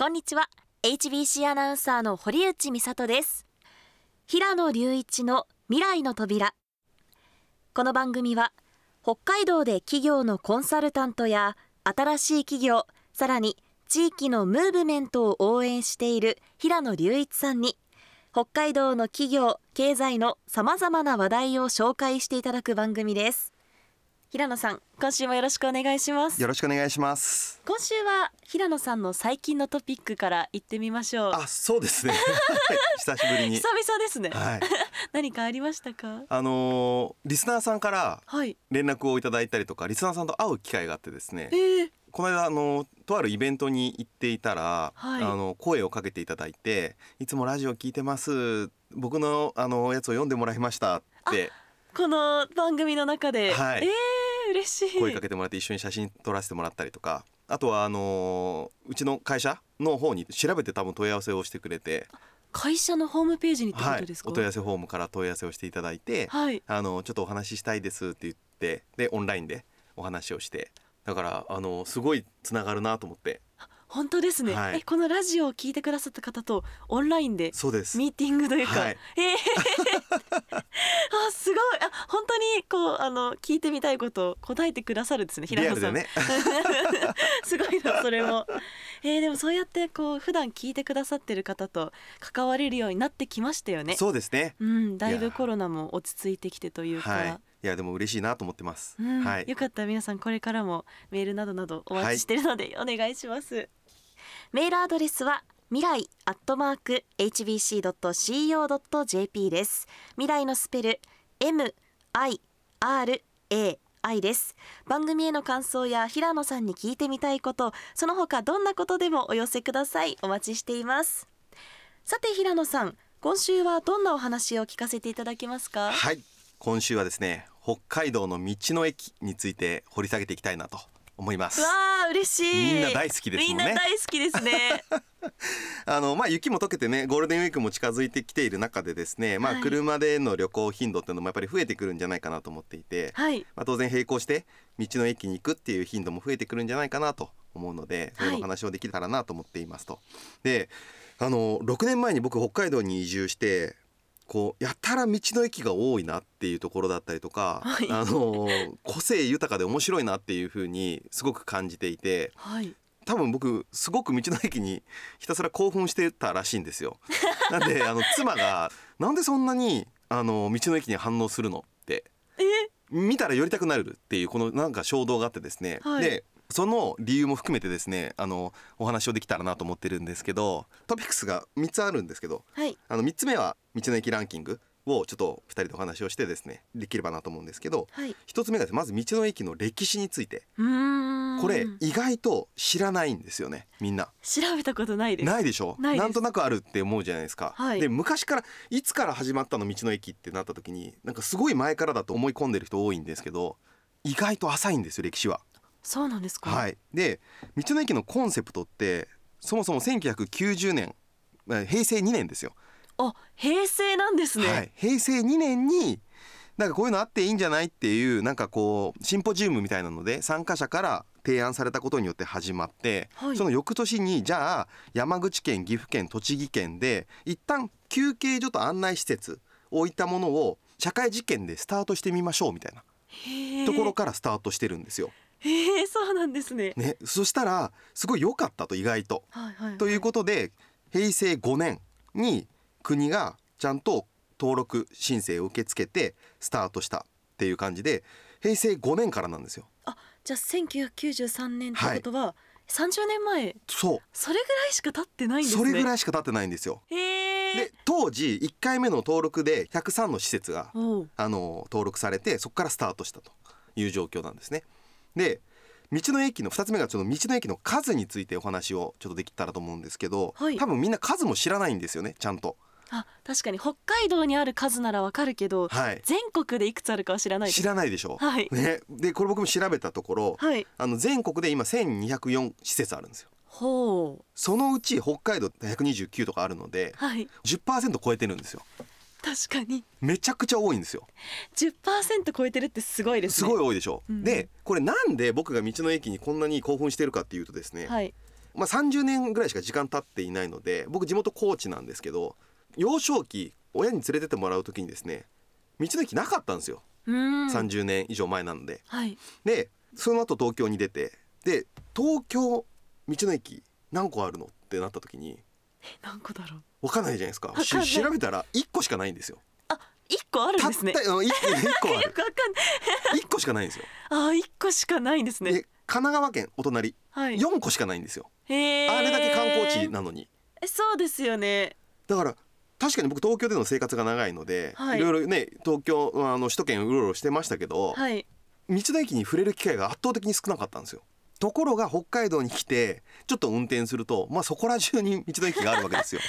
んにちは。 HBC アナウンサーの堀内美里です。平野隆一の未来の扉。この番組は北海道で企業のコンサルタントや新しい企業、さらに地域のムーブメントを応援している平野隆一さんに北海道の企業経済のさまざまな話題を紹介していただく番組です。平野さん、今週もよろしくお願いします。 よろしくお願いします。 今週は平野さんの最近のトピックから行ってみましょう。 あ、そうですね久しぶりに久々ですね、 はい、 何かありましたか？ リスナーさんからはい連絡をいただいたりとか、リスナーさんと会う機会があってですね、この間とあるイベントに行っていたら、 はい声をかけていただいて、いつもラジオ聞いてます、僕のやつを読んでもらいましたってこの番組の中で、 はい嬉しい。 声かけてもらって、一緒に写真撮らせてもらったりとか、あとはうちの会社の方に調べて多分問い合わせをしてくれて、 会社のホームページにってこはいとですか？ お問い合わせフォームから問い合わせをしていただいて、 はいちょっとお話ししたいですって言って、でオンラインでお話をして、だからすごいつながるなと思って。 本当ですね、 はいこのラジオを聞いてくださった方とオンラインでそうですミーティングというか、 はいあ、すごい。本当にこう聞いてみたいことを答えてくださるんですね、平野さん。 リアルでねすごいなそれも。でもそうやってこう普段聞いてくださってる方と関われるようになってきましたよね。 そうですね、 だいぶコロナも落ち着いてきてというか、 はい、いやでも嬉しいなと思ってます、はい、 よかったら皆さんこれからもメールなどなどお待ちしてるのでお願いします、メールアドレスは未来@hbc.co.jp です。未来のスペル MIRAI です。番組への感想や平野さんに聞いてみたいこと、その他どんなことでもお寄せください。お待ちしています。さて平野さん、今週はどんなお話を聞かせていただけますか？ はい、今週はですね、北海道の道の駅について掘り下げていきたいなと思います。 わー、嬉しい。 みんな大好きですもんね。 みんな大好きですね雪も溶けてね、ゴールデンウィークも近づいてきている中でですね、 はい車での旅行頻度っていうのもやっぱり増えてくるんじゃないかなと思っていて、 はい当然並行して道の駅に行くっていう頻度も増えてくるんじゃないかなと思うので、それの話をできたらなと思っていますと。で6年前に僕北海道に移住して、こうやたら道の駅が多いなっていうところだったりとか、 はい個性豊かで面白いなっていう風にすごく感じていて、 はい多分僕すごく道の駅にひたすら興奮してたらしいんですよ。なんで妻がなんでそんなに道の駅に反応するのって見たら寄りたくなるっていう、このなんか衝動があってですね、 はいでその理由も含めてですね、お話をできたらなと思ってるんですけど、トピックスが3つあるんですけど、 はい 3つ目は道の駅ランキングをちょっと2人でお話をしてですね、できればなと思うんですけど、 はい 1つ目がですね、まず道の駅の歴史について。 ここれ意外と知らないんですよね、みんな。 調べたことないです。 ないでしょ。 ないです。 なんとなくあるって思うじゃないですか、 はいで昔からいつから始まったの道の駅ってなった時に、なんかすごい前からだと思い込んでる人多いんですけど、意外と浅いんですよ、歴史は。 そうなんですか？ はい、で道の駅のコンセプトってそもそも1990年、平成2年ですよ。 あ、平成なんですね。 はい、平成2年になんかこういうのあっていいんじゃないっていう、なんかこうシンポジウムみたいなので参加者から提案されたことによって始まって、 はいその翌年にじゃあ山口県、岐阜県、栃木県で一旦休憩所と案内施設を置いたものを社会実験でスタートしてみましょうみたいなへーところからスタートしてるんですよ。 そうなんですね。 ね、そしたらすごい良かったと、意外と。 はいはいはい、 ということで平成5年に国がちゃんと登録申請を受け付けてスタートしたっていう感じで、平成5年からなんですよ。 じゃあ1993年ってことは、30年前。 そう、 それぐらいしか経ってないんですね。 それぐらいしか経ってないんですよ。で当時1回目の登録で103の施設が登録されて、そこからスタートしたという状況なんですね。で道の駅の2つ目がその道の駅の数についてお話をちょっとできたらと思うんですけど、 はい多分みんな数も知らないんですよね、ちゃんと。 確かに北海道にある数ならわかるけど、 はい全国でいくつあるかは知らないです。 知らないでしょ、 はいね、でこれ僕も調べたところ、 はい全国で今1204施設あるんですよ。 ほう。 そのうち北海道って129とかあるので、 はい 10% 超えてるんですよ。 確かにめちゃくちゃ多いんですよ。 10% 超えてるってすごいですね。 すごい多いでしょ、 うんでこれなんで僕が道の駅にこんなに興奮してるかっていうとですね、 はい 30年ぐらいしか時間経っていないので、僕地元高知なんですけど、幼少期親に連れてってもらう時にですね、道の駅なかったんですよ。30年以上前なので、 はい、 でその後東京に出て、で東京道の駅何個あるのってなった時に、 何個だろう、 分かんないじゃないですか。調べたら1個しかないんですよ。 あ、1個あるんですね。 たった1個あるよくわかんない 1個しかないんですよ。 1個しかないんですね。 で神奈川県お隣、 はい、 4個しかないんですよ。 あれあれだけ観光地なのに。 そうですよね。 だから確かに僕東京での生活が長いので、 はい、 いろいろね東京首都圏うろうろしてましたけど、 はい、 道の駅に触れる機会が圧倒的に少なかったんですよ。ところが北海道に来てちょっと運転すると、そこら中に道の駅があるわけですよ。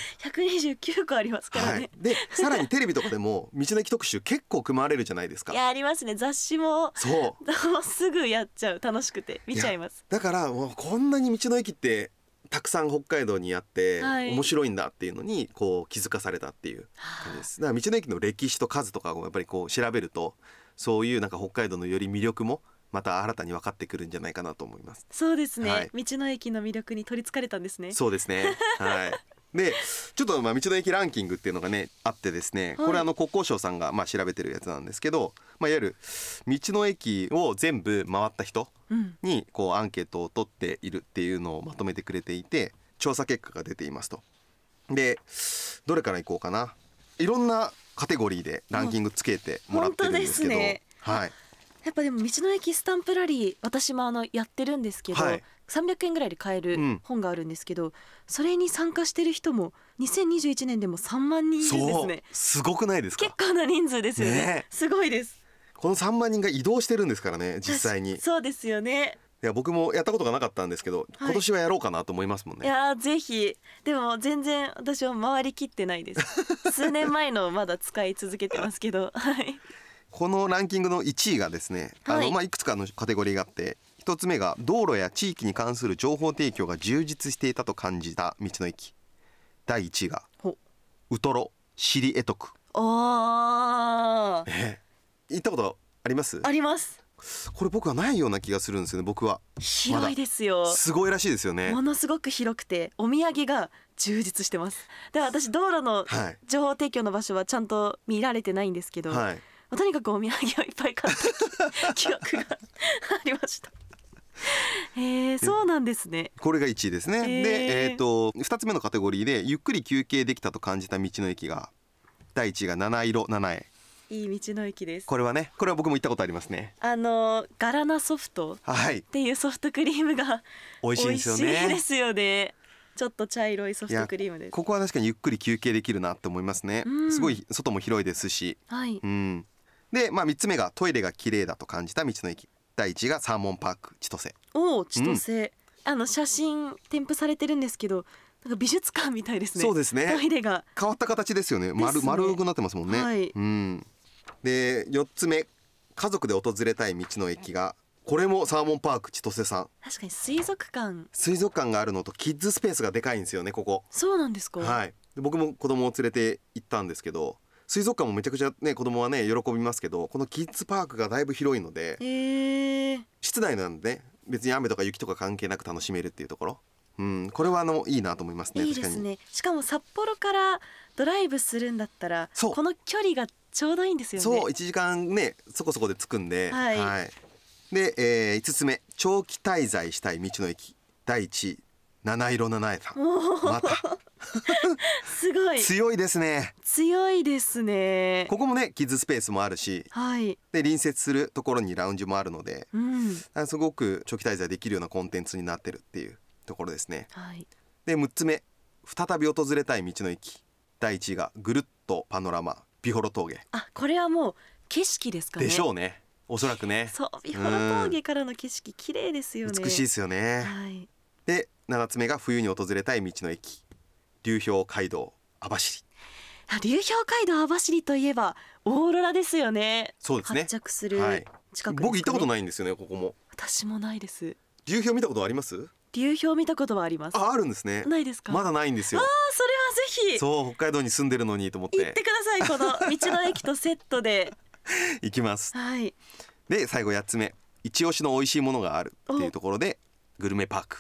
129個ありますからね、 はい、でさらにテレビとかでも道の駅特集結構組まれるじゃないですか。 いやありますね。雑誌もそうすぐやっちゃう、楽しくて見ちゃいます。 だからもうこんなに道の駅ってたくさん北海道にあって、はい、面白いんだっていうのにこう気づかされたっていう感じです。だから道の駅の歴史と数とかをやっぱりこう調べると、そういうなんか北海道のより魅力もまた新たに分かってくるんじゃないかなと思います。 そうですね、 はい、 道の駅の魅力に取りつかれたんですね。 そうですね、はい、でちょっと道の駅ランキングっていうのがねあってですね、これ国交省さんが調べてるやつなんですけど、いわゆる道の駅を全部回った人にこうアンケートを取っているっていうのをまとめてくれていて、調査結果が出ていますと。でどれからいこうかな。いろんなカテゴリーでランキングつけてもらってるんですけど、はい、 やっぱでも道の駅スタンプラリー、私もやってるんですけど、はい、300円ぐらいで買える本があるんですけど、それに参加してる人も2021年でも3万人いるんですね。 すごくないですか。 結構な人数ですよ ね。すごいです。 この3万人が移動してるんですからね、実際に。 そうですよね。 いや僕もやったことがなかったんですけど、今年はやろうかなと思いますもんね。 いやぜひ。でも全然私は回りきってないです数年前のまだ使い続けてますけど、はい、 このランキングの1位がですね、いくつかのカテゴリーがあって、1つ目が道路や地域に関する情報提供が充実していたと感じた道の駅。第1位がウトロシリエトク。行ったことあります？ あります。 これ僕はないような気がするんですよね。僕は広いですよ。 すごいらしいですよね。 ものすごく広くてお土産が充実してます。で私道路の情報提供の場所はちゃんと見られてないんですけど、はい、とにかくお土産をいっぱい買った記憶がありましたそうなんですね。 これが1位ですね。で、2つ目のカテゴリーでゆっくり休憩できたと感じた道の駅が、第1位が七色七重。 いい道の駅です。 これは僕も行ったことありますね。 ガラナソフトっていうソフトクリームが美味しいですよね。 美味しいですよね。ちょっと茶色いソフトクリームです。 ここは確かにゆっくり休憩できるなって思いますね。すごい外も広いですし、 はい、 で、3つ目がトイレが綺麗だと感じた道の駅。第1位がサーモンパーク千歳。 千歳、写真添付されてるんですけど、なんか美術館みたいですね。 そうですね。 トイレが変わった形ですよね。丸くなってますもんね。 はい、 で4つ目、家族で訪れたい道の駅が、これもサーモンパーク千歳さん。 確かに水族館があるのとキッズスペースがでかいんですよね、ここ。 そうなんですか。 はい、で僕も子供を連れて行ったんですけど、水族館もめちゃくちゃ子供は喜びますけど、このキッズパークがだいぶ広いので、室内なんで別に雨とか雪とか関係なく楽しめるっていうところ、これはいいなと思いますね。 いいですね。しかも札幌からドライブするんだったらこの距離がちょうどいいんですよね。 そう1時間そこそこで着くんで、はいはい、で、5つ目、長期滞在したい道の駅。第1位七色七重さん。またすごい強いですね。 強いですね。 ここもキッズスペースもあるし、 はい、 で隣接するところにラウンジもあるので、すごく長期滞在できるようなコンテンツになってるっていうところですね。 はい、 で6つ目、再び訪れたい道の駅。第1位がぐるっとパノラマ美幌峠。 これはもう景色ですかね。 でしょうね、おそらくね。 そう、美幌峠からの景色綺麗ですよね。 美しいですよね。 はい、 で7つ目が冬に訪れたい道の駅。流氷街道網走。 流氷街道網走といえばオーロラですよね。 そうですね。 発着する近くですかね。 僕行ったことないんですよね、ここも。 私もないです。 流氷見たことあります？ 流氷見たことはあります。 あるんですね。 ないですか？ まだないんですよ。 それはぜひ。 そう、北海道に住んでるのにと思って行ってください。この道の駅とセットで行きます。 はい。 で最後8つ目、一押しの美味しいものがあるっていうところでグルメパーク。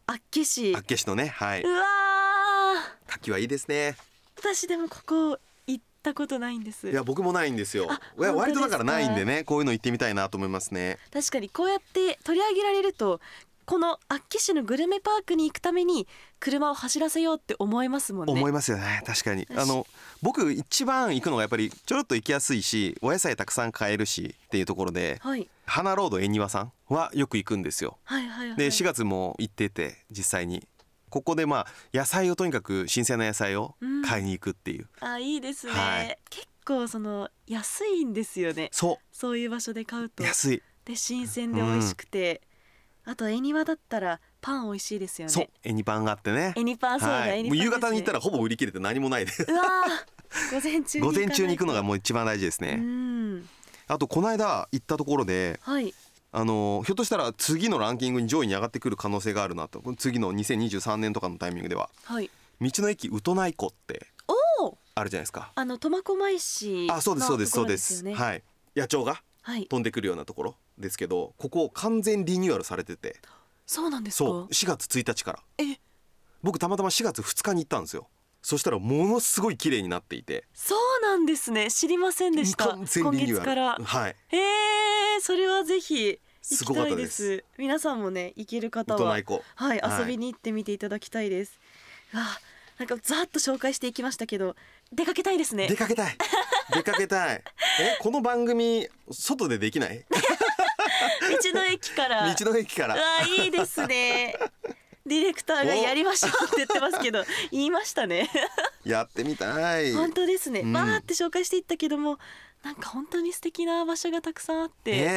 厚岸のね、はい。 うわー、牡蠣はいいですね。 私でもここ行ったことないんです。 いや僕もないんですよ。割とだからないんでね、こういうの行ってみたいなと思いますね。 確かにこうやって取り上げられると、この厚岸のグルメパークに行くために車を走らせようって思いますもんね。 思いますよね、確かに。僕一番行くのがやっぱりちょろっと行きやすいし、お野菜たくさん買えるしっていうところで、 はい、 花ロード恵庭さんはよく行くんですよ。 はいはいはい、 で4月も行ってて、実際にここで野菜をとにかく新鮮な野菜を買いに行くっていう、 いいですね、 はい、 結構安いんですよね。そういう場所で買うと安いで新鮮で美味しくて、あと恵庭だったらパン美味しいですよね。 そう、恵庭パンがあってね。 恵庭パン、そうだ、恵庭パンですね。 もう夕方に行ったらほぼ売り切れて何もないです。 うわ午前中に行くのがもう一番大事ですね。あとこの間行ったところで、 はい、 ひょっとしたら次のランキングに上位に上がってくる可能性があるなと。次の2023年とかのタイミングでは、はい、道の駅ウトナイ湖ってあるじゃないですか。 苫小牧市のところですよね。 そうです、はい、野鳥が飛んでくるようなところですけど、ここ完全リニューアルされてて。 そうなんですか。 そう、4月1日から。僕たまたま4月2日に行ったんですよ。そしたらものすごい綺麗になっていて。 そうなんですね、知りませんでした。 完全リニューアル、 今月から。 はい、 それはぜひ行きたいです。皆さんもね、行ける方は、はい、遊びに行ってみていただきたいです。なんかざっと紹介していきましたけど、出かけたいですね。 出かけたいこの番組外でできない？ 道の駅からいいですね。ディレクターがやりましょうって言ってますけど言いましたね。 やってみたい。 本当ですね、バーって紹介していったけども、なんか本当に素敵な場所がたくさんあって、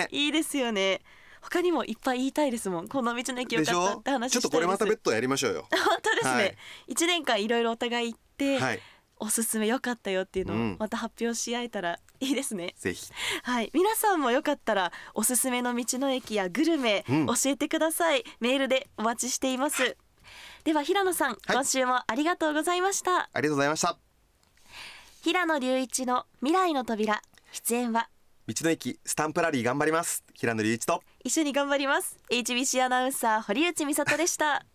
いいですよね。他にもいっぱい言いたいですもん。この道の駅よかったって話したいです。 ちょっとこれまた別途やりましょうよ。 本当ですね、 はい、 1年間いろいろお互い行って、 はい、 おすすめ良かったよっていうのをまた発表し合えたらいいですね。 ぜひ、 はい、皆さんもよかったらおすすめの道の駅やグルメ、教えてください。メールでお待ちしています。では平野さん、今週もありがとうございました。 ありがとうございました。 平野隆一の未来の扉、出演は道の駅スタンプラリー頑張ります、平野隆一と一緒に頑張ります HBC アナウンサー堀内美里でした。